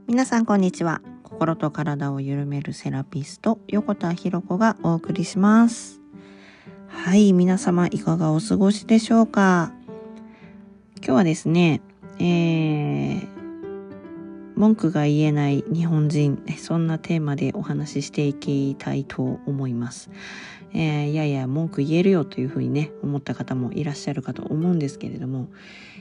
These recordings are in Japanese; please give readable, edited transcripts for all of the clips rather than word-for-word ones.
皆さんこんにちは。心と体を緩めるセラピスト横田博子がお送りします。はい、皆様いかがお過ごしでしょうか。今日はですね、文句が言えない日本人、そんなテーマでお話ししていきたいと思います。いや文句言えるよというふうにね思った方もいらっしゃるかと思うんですけれども、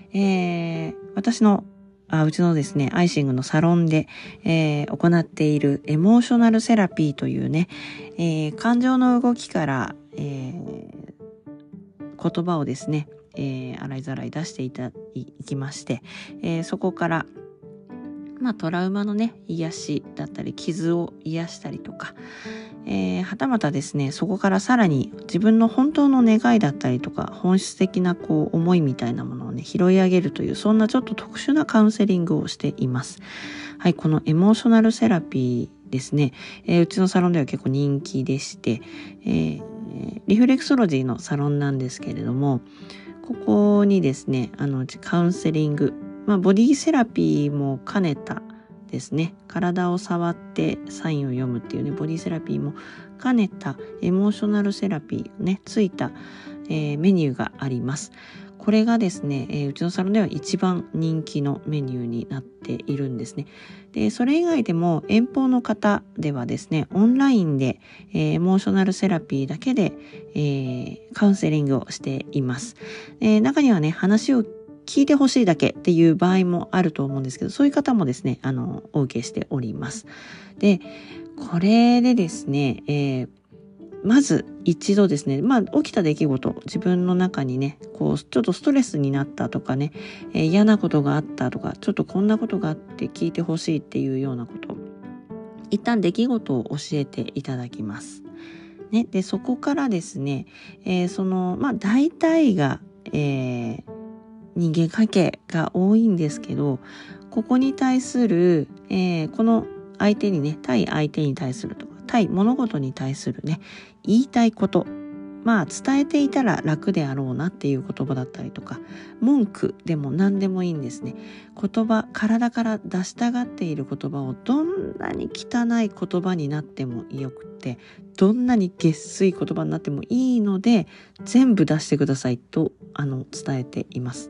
うちのですね、アイシングのサロンで、行っているエモーショナルセラピーというね、感情の動きから、言葉をですね、洗いざらい出していきまして、そこからトラウマのね癒しだったり傷を癒したりとか、はたまたですねそこからさらに自分の本当の願いだったりとか本質的な思いみたいなものをね拾い上げるというそんなちょっと特殊なカウンセリングをしています。はい、このエモーショナルセラピーですね、うちのサロンでは結構人気でして、リフレクソロジーのサロンなんですけれども、ここにですねカウンセリング、ボディセラピーも兼ねたですね、体を触ってサインを読むっていうねボディセラピーも兼ねたエモーショナルセラピーねついた、メニューがあります。これがですね、うちのサロンでは一番人気のメニューになっているんですね。でそれ以外でも遠方の方ではですねオンラインで、エモーショナルセラピーだけで、カウンセリングをしています。中にはね話を聞いてほしいだけっていう場合もあると思うんですけど、そういう方もですねお受けしております。でこれでですね、まず一度ですね起きた出来事、自分の中にねちょっとストレスになったとかね、嫌なことがあったとか、ちょっとこんなことがあって聞いてほしいっていうようなこと、一旦出来事を教えていただきますね。でそこからですね、大体が、人間関係が多いんですけど、ここに対する、この相手にね、対相手に対するとか、対物事に対するね、言いたいこと、伝えていたら楽であろうなっていう言葉だったりとか、文句でも何でもいいんですね。体から出したがっている言葉をどんなに汚い言葉になってもよくって、どんなに下水言葉になってもいいので全部出してくださいと伝えています。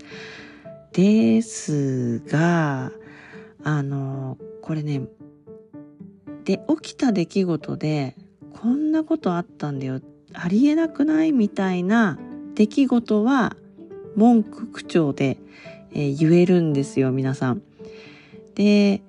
ですがこれねで起きた出来事でこんなことあったんだよ、ありえなくないみたいな出来事は文句口調で、言えるんですよ皆さん。で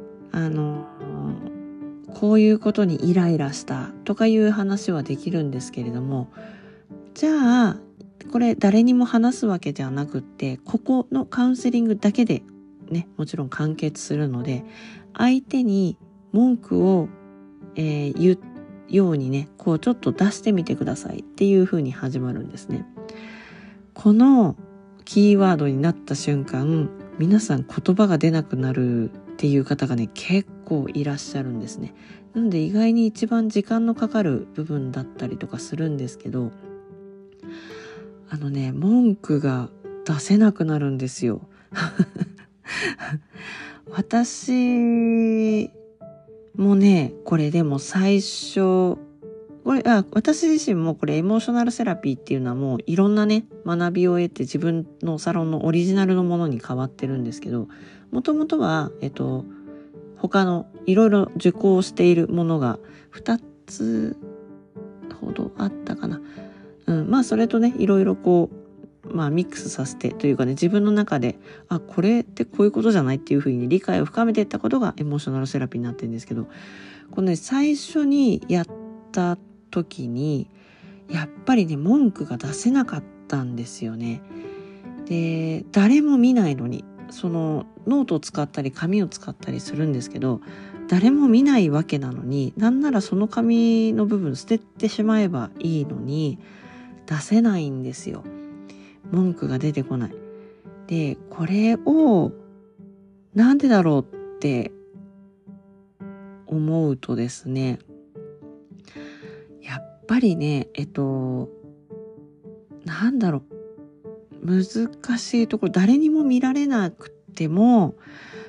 こういうことにイライラしたとかいう話はできるんですけれども、じゃあこれ誰にも話すわけじゃなくって、ここのカウンセリングだけでねもちろん完結するので、相手に文句を、言うようにねちょっと出してみてくださいっていう風に始まるんですね。このキーワードになった瞬間、皆さん言葉が出なくなるっていう方がね結構いらっしゃるんですね。なので意外に一番時間のかかる部分だったりとかするんですけど、文句が出せなくなるんですよ。私もねこれでも最初私自身もこれエモーショナルセラピーっていうのはもういろんなね学びを得て自分のサロンのオリジナルのものに変わってるんですけど、もともとは他のいろいろ受講しているものが2つほどあったかな。それとねいろいろミックスさせてというかね、自分の中でこれってこういうことじゃないっていうふうに理解を深めていったことがエモーショナルセラピーになってるんですけど、このね最初にやった時にやっぱりね文句が出せなかったんですよね。で誰も見ないのに、そのノートを使ったり紙を使ったりするんですけど、誰も見ないわけなのに、なんならその紙の部分捨ててしまえばいいのに出せないんですよ。文句が出てこない。でこれをなんでだろうって思うとですね、やっぱりね難しいところ、誰にも見られなくても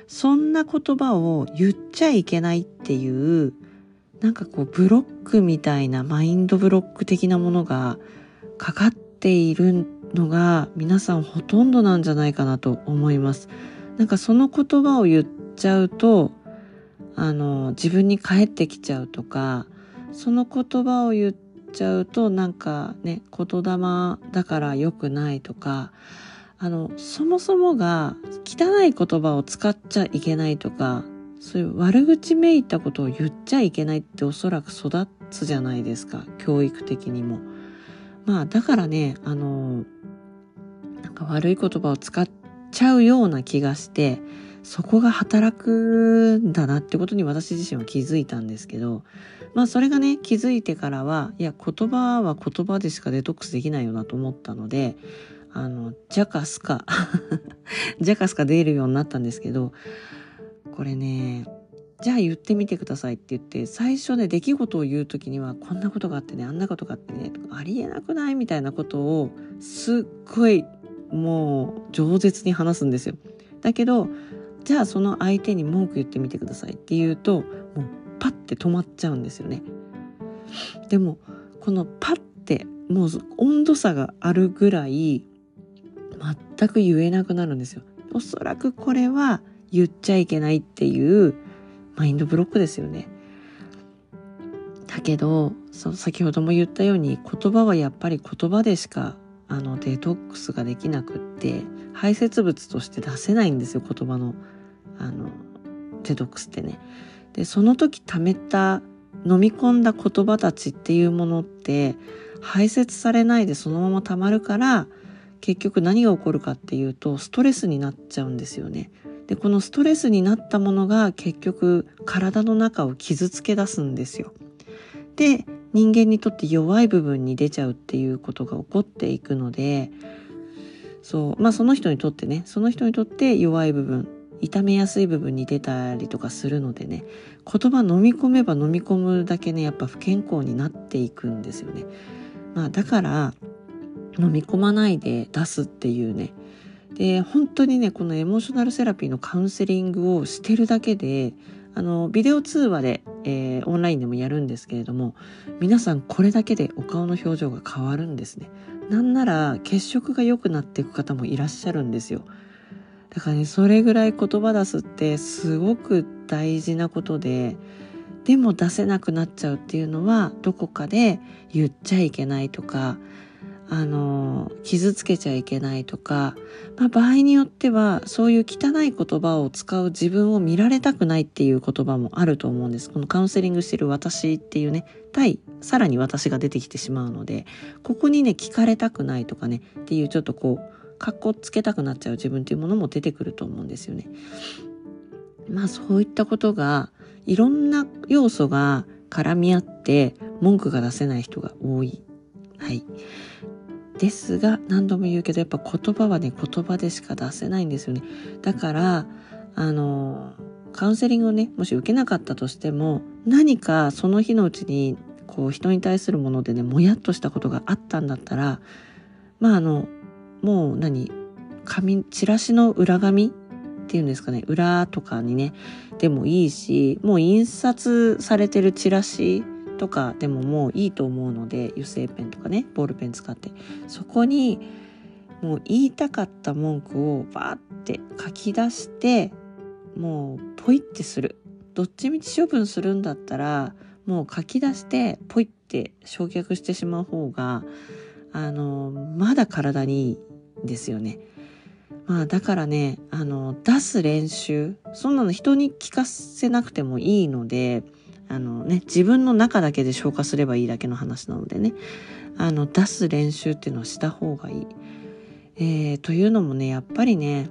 そんな言葉を言っちゃいけないっていう、なんかこうブロックみたいなマインドブロック的なものがかかっているのが皆さんほとんどなんじゃないかなと思います。なんかその言葉を言っちゃうと、自分に返ってきちゃうとか、その言葉を言っちゃうとなんかね、言霊だから良くないとか、そもそもが汚い言葉を使っちゃいけないとか、そういう悪口めいたことを言っちゃいけないっておそらく育つじゃないですか、教育的にも。まあだからね、なんか悪い言葉を使っちゃうような気がして、そこが働くんだなってことに私自身は気づいたんですけど、まあそれがね、気づいてからは、いや言葉は言葉でしかデトックスできないよなと思ったので、ジャカスカジャカスカ出るようになったんですけど、これね、じゃあ言ってみてくださいって言って、最初ね、出来事を言うときには、こんなことがあってね、あんなことがあってね、ありえなくないみたいなことをすっごいもう饒舌に話すんですよ。だけど、じゃあその相手に文句言ってみてくださいって言うと、もうパッて止まっちゃうんですよね。でもこのパッてもう温度差があるぐらい全く言えなくなるんですよ。おそらくこれは言っちゃいけないっていうマインドブロックですよね。だけど先ほども言ったように、言葉はやっぱり言葉でしかデトックスができなくって、排泄物として出せないんですよ、言葉のデトックスってね。でその時溜めた飲み込んだ言葉たちっていうものって排泄されないでそのまま溜まるから、結局何が起こるかっていうとストレスになっちゃうんですよね。でこのストレスになったものが結局体の中を傷つけ出すんですよ。で人間にとって弱い部分に出ちゃうっていうことが起こっていくので、その人にとって弱い部分、痛めやすい部分に出たりとかするのでね、言葉飲み込めば飲み込むだけね、やっぱ不健康になっていくんですよね。だから飲み込まないで出すっていうね。で本当にね、このエモーショナルセラピーのカウンセリングをしてるだけで、ビデオ通話で、オンラインでもやるんですけれども、皆さんこれだけでお顔の表情が変わるんですね。なんなら血色が良くなっていく方もいらっしゃるんですよ。だからね、それぐらい言葉出すってすごく大事なことで、でも出せなくなっちゃうっていうのは、どこかで言っちゃいけないとか、傷つけちゃいけないとか、場合によってはそういう汚い言葉を使う自分を見られたくないっていう言葉もあると思うんです。このカウンセリングしてる私っていうね、さらに私が出てきてしまうので、ここにね、聞かれたくないとかねっていう、ちょっとこうかっこつけたくなっちゃう自分っていうものも出てくると思うんですよね。そういったことが、いろんな要素が絡み合って文句が出せない人が多い。はい。ですが、何度も言うけど、やっぱ言葉はね、言葉でしか出せないんですよね。だから、カウンセリングをね、もし受けなかったとしても、何かその日のうちに、こう、人に対するものでね、もやっとしたことがあったんだったら、もうチラシの裏紙っていうんですかね、裏とかにね、でもいいし、もう印刷されてるチラシとかでももういいと思うので、油性ペンとかね、ボールペン使って、そこにもう言いたかった文句をバーって書き出して、もうポイってする。どっちみち処分するんだったら、もう書き出してポイって焼却してしまう方が、まだ体にいいんですよね。だからね、出す練習、そんなの人に聞かせなくてもいいので、自分の中だけで消化すればいいだけの話なのでね、出す練習っていうのはした方がいい。というのもね、やっぱりね、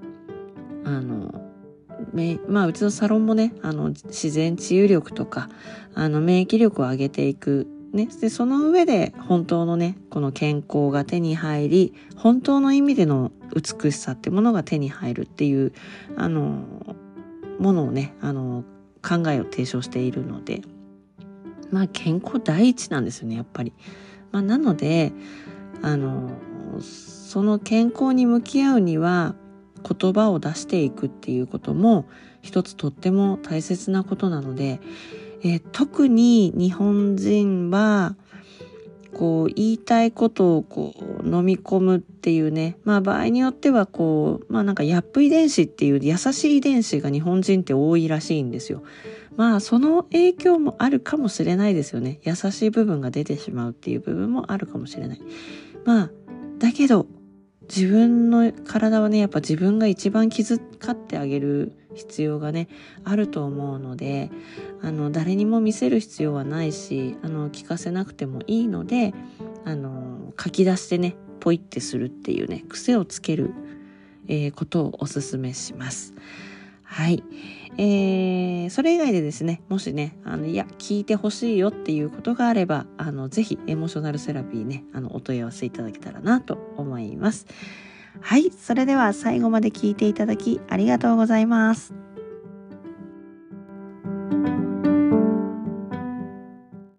うちのサロンもね、自然治癒力とか、免疫力を上げていく、ね。で、その上で本当のね、この健康が手に入り、本当の意味での美しさってものが手に入るっていう、ものをね、考えを提唱しているので、健康第一なんですよね、やっぱり。なので、その健康に向き合うには、 言葉を出していくっていうことも一つとっても大切なことなので、特に日本人はこう言いたいことをこう飲み込むっていうね、場合によってはなんかヤップ遺伝子っていう優しい遺伝子が日本人って多いらしいんですよ。その影響もあるかもしれないですよね。優しい部分が出てしまうっていう部分もあるかもしれない。だけど自分の体はね、やっぱ自分が一番気遣ってあげる必要がね、あると思うので、誰にも見せる必要はないし、聞かせなくてもいいので、書き出してね、ポイってするっていうね、癖をつける、ことをお勧めします。はい。それ以外でですね、もしね、聞いてほしいよっていうことがあれば、ぜひエモーショナルセラピーね、お問い合わせいただけたらなと思います。はい。それでは最後まで聞いていただきありがとうございます。